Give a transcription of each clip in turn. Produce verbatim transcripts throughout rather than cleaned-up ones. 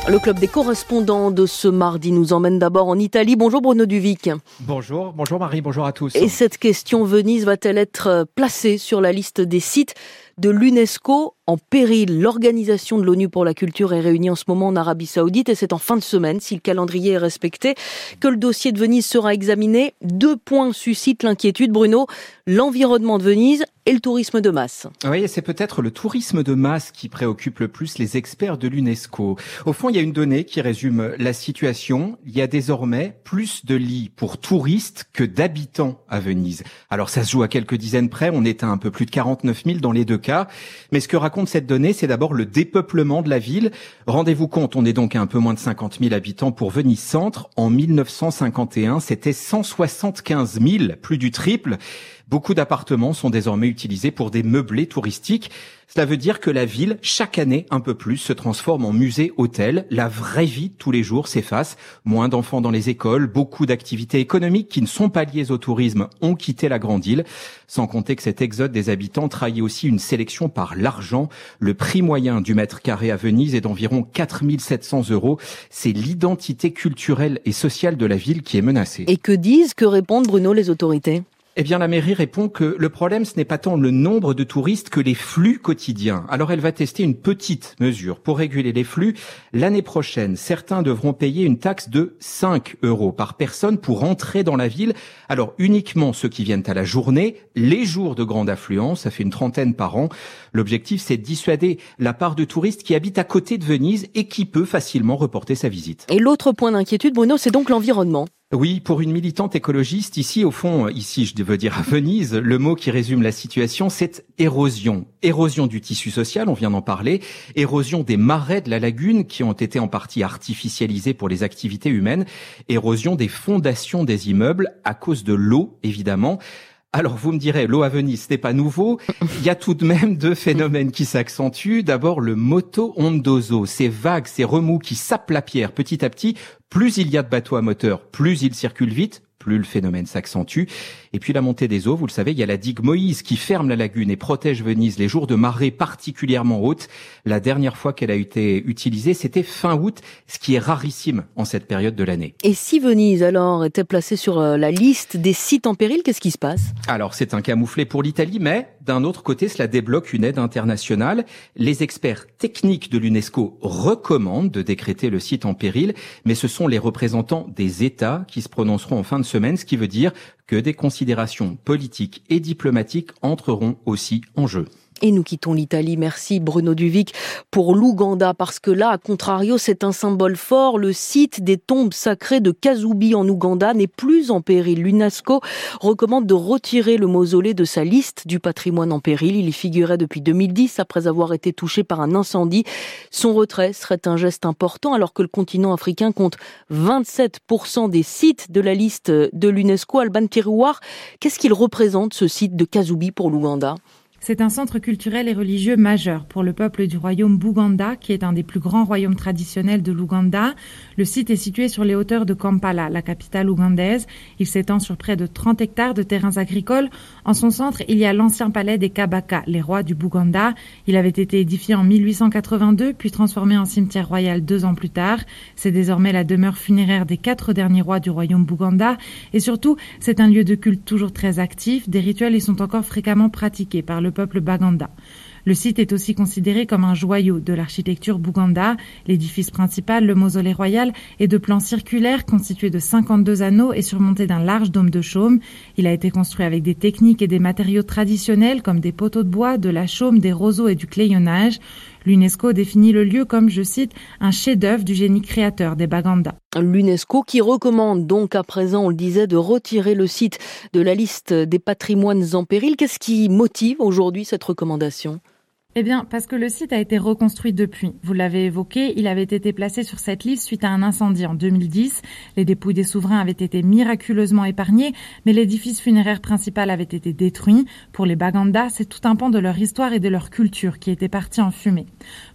Le club des correspondants de ce mardi nous emmène d'abord en Italie. Bonjour Bruno Duvic. Bonjour, bonjour Marie, bonjour à tous. Et cette question, Venise va-t-elle être placée sur la liste des sites de l'UNESCO en péril? L'Organisation de l'ONU pour la culture est réunie en ce moment en Arabie Saoudite et c'est en fin de semaine, si le calendrier est respecté, que le dossier de Venise sera examiné. Deux points suscitent l'inquiétude, Bruno, l'environnement de Venise et le tourisme de masse. Oui, c'est peut-être le tourisme de masse qui préoccupe le plus les experts de l'UNESCO. Au fond, il y a une donnée qui résume la situation. Il y a désormais plus de lits pour touristes que d'habitants à Venise. Alors ça se joue à quelques dizaines près, on est à un peu plus de quarante-neuf mille dans les deux cas. Mais ce que raconte cette donnée, c'est d'abord le dépeuplement de la ville. Rendez-vous compte, on est donc à un peu moins de cinquante mille habitants pour Venise Centre. En mille neuf cent cinquante et un, c'était cent soixante-quinze mille, plus du triple. Beaucoup d'appartements sont désormais utilisés pour des meublés touristiques. Cela veut dire que la ville, chaque année un peu plus, se transforme en musée-hôtel. La vraie vie de tous les jours s'efface. Moins d'enfants dans les écoles, beaucoup d'activités économiques qui ne sont pas liées au tourisme ont quitté la grande île. Sans compter que cet exode des habitants trahit aussi une sélection par l'argent. Le prix moyen du mètre carré à Venise est d'environ quatre mille sept cents euros. C'est l'identité culturelle et sociale de la ville qui est menacée. Et que disent, que répondent, Bruno, les autorités ? Eh bien, la mairie répond que le problème, ce n'est pas tant le nombre de touristes que les flux quotidiens. Alors, elle va tester une petite mesure. Pour réguler les flux, l'année prochaine, certains devront payer une taxe de cinq euros par personne pour entrer dans la ville. Alors, uniquement ceux qui viennent à la journée, les jours de grande affluence, ça fait une trentaine par an. L'objectif, c'est de dissuader la part de touristes qui habitent à côté de Venise et qui peut facilement reporter sa visite. Et l'autre point d'inquiétude, Bruno, c'est donc l'environnement. Oui, pour une militante écologiste, ici, au fond, ici, je veux dire à Venise, le mot qui résume la situation, c'est érosion. Érosion du tissu social, on vient d'en parler. Érosion des marais de la lagune qui ont été en partie artificialisés pour les activités humaines. Érosion des fondations des immeubles à cause de l'eau, évidemment. Alors, vous me direz, l'eau à Venise, ce n'est pas nouveau. Il y a tout de même deux phénomènes qui s'accentuent. D'abord, le moto ondoso, ces vagues, ces remous qui sapent la pierre petit à petit. Plus il y a de bateaux à moteur, plus ils circulent vite, plus le phénomène s'accentue. Et puis la montée des eaux, vous le savez, il y a la digue Moïse qui ferme la lagune et protège Venise les jours de marée particulièrement haute. La dernière fois qu'elle a été utilisée, c'était fin août, ce qui est rarissime en cette période de l'année. Et si Venise, alors, était placée sur la liste des sites en péril, qu'est-ce qui se passe ? Alors, c'est un camouflet pour l'Italie, mais d'un autre côté, cela débloque une aide internationale. Les experts techniques de l'UNESCO recommandent de décréter le site en péril, mais ce sont les représentants des États qui se prononceront en fin de semaine, ce qui veut dire que des considérations politiques et diplomatiques entreront aussi en jeu. Et nous quittons l'Italie, merci Bruno Duvic, pour l'Ouganda, parce que là, à contrario, c'est un symbole fort. Le site des tombes sacrées de Kazoubi en Ouganda n'est plus en péril. L'UNESCO recommande de retirer le mausolée de sa liste du patrimoine en péril. Il y figurait depuis deux mille dix, après avoir été touché par un incendie. Son retrait serait un geste important, alors que le continent africain compte vingt-sept pour cent des sites de la liste de l'UNESCO. Alban Pirouard, qu'est-ce qu'il représente, ce site de Kazoubi, pour l'Ouganda ? C'est un centre culturel et religieux majeur pour le peuple du royaume Buganda, qui est un des plus grands royaumes traditionnels de l'Ouganda. Le site est situé sur les hauteurs de Kampala, la capitale ougandaise. Il s'étend sur près de trente hectares de terrains agricoles. En son centre, il y a l'ancien palais des Kabaka, les rois du Buganda. Il avait été édifié en mille huit cent quatre-vingt-deux, puis transformé en cimetière royal deux ans plus tard. C'est désormais la demeure funéraire des quatre derniers rois du royaume Buganda. Et surtout, c'est un lieu de culte toujours très actif. Des rituels y sont encore fréquemment pratiqués par le peuple Baganda. Le site est aussi considéré comme un joyau de l'architecture Buganda. L'édifice principal, le mausolée royal, est de plan circulaire constitué de cinquante-deux anneaux et surmonté d'un large dôme de chaume. Il a été construit avec des techniques et des matériaux traditionnels comme des poteaux de bois, de la chaume, des roseaux et du clayonnage. L'UNESCO définit le lieu comme, je cite, un chef-d'œuvre du génie créateur des Baganda. L'UNESCO qui recommande donc à présent, on le disait, de retirer le site de la liste des patrimoines en péril. Qu'est-ce qui motive aujourd'hui cette recommandation ? Eh bien, parce que le site a été reconstruit depuis. Vous l'avez évoqué, il avait été placé sur cette liste suite à un incendie en deux mille dix. Les dépouilles des souverains avaient été miraculeusement épargnées, mais l'édifice funéraire principal avait été détruit. Pour les Baganda, c'est tout un pan de leur histoire et de leur culture qui était parti en fumée.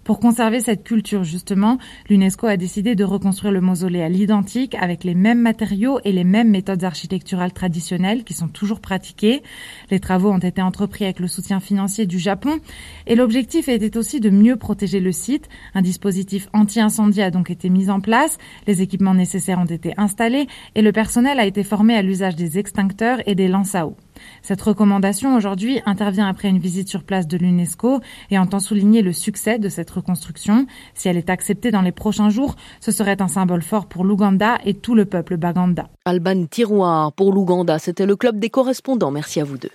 Pour conserver cette culture, justement, l'UNESCO a décidé de reconstruire le mausolée à l'identique avec les mêmes matériaux et les mêmes méthodes architecturales traditionnelles qui sont toujours pratiquées. Les travaux ont été entrepris avec le soutien financier du Japon et l'objectif était aussi de mieux protéger le site. Un dispositif anti-incendie a donc été mis en place, les équipements nécessaires ont été installés et le personnel a été formé à l'usage des extincteurs et des lances à eau. Cette recommandation aujourd'hui intervient après une visite sur place de l'UNESCO et entend souligner le succès de cette reconstruction. Si elle est acceptée dans les prochains jours, ce serait un symbole fort pour l'Ouganda et tout le peuple baganda. Alban Tiroir pour l'Ouganda, c'était le club des correspondants. Merci à vous deux.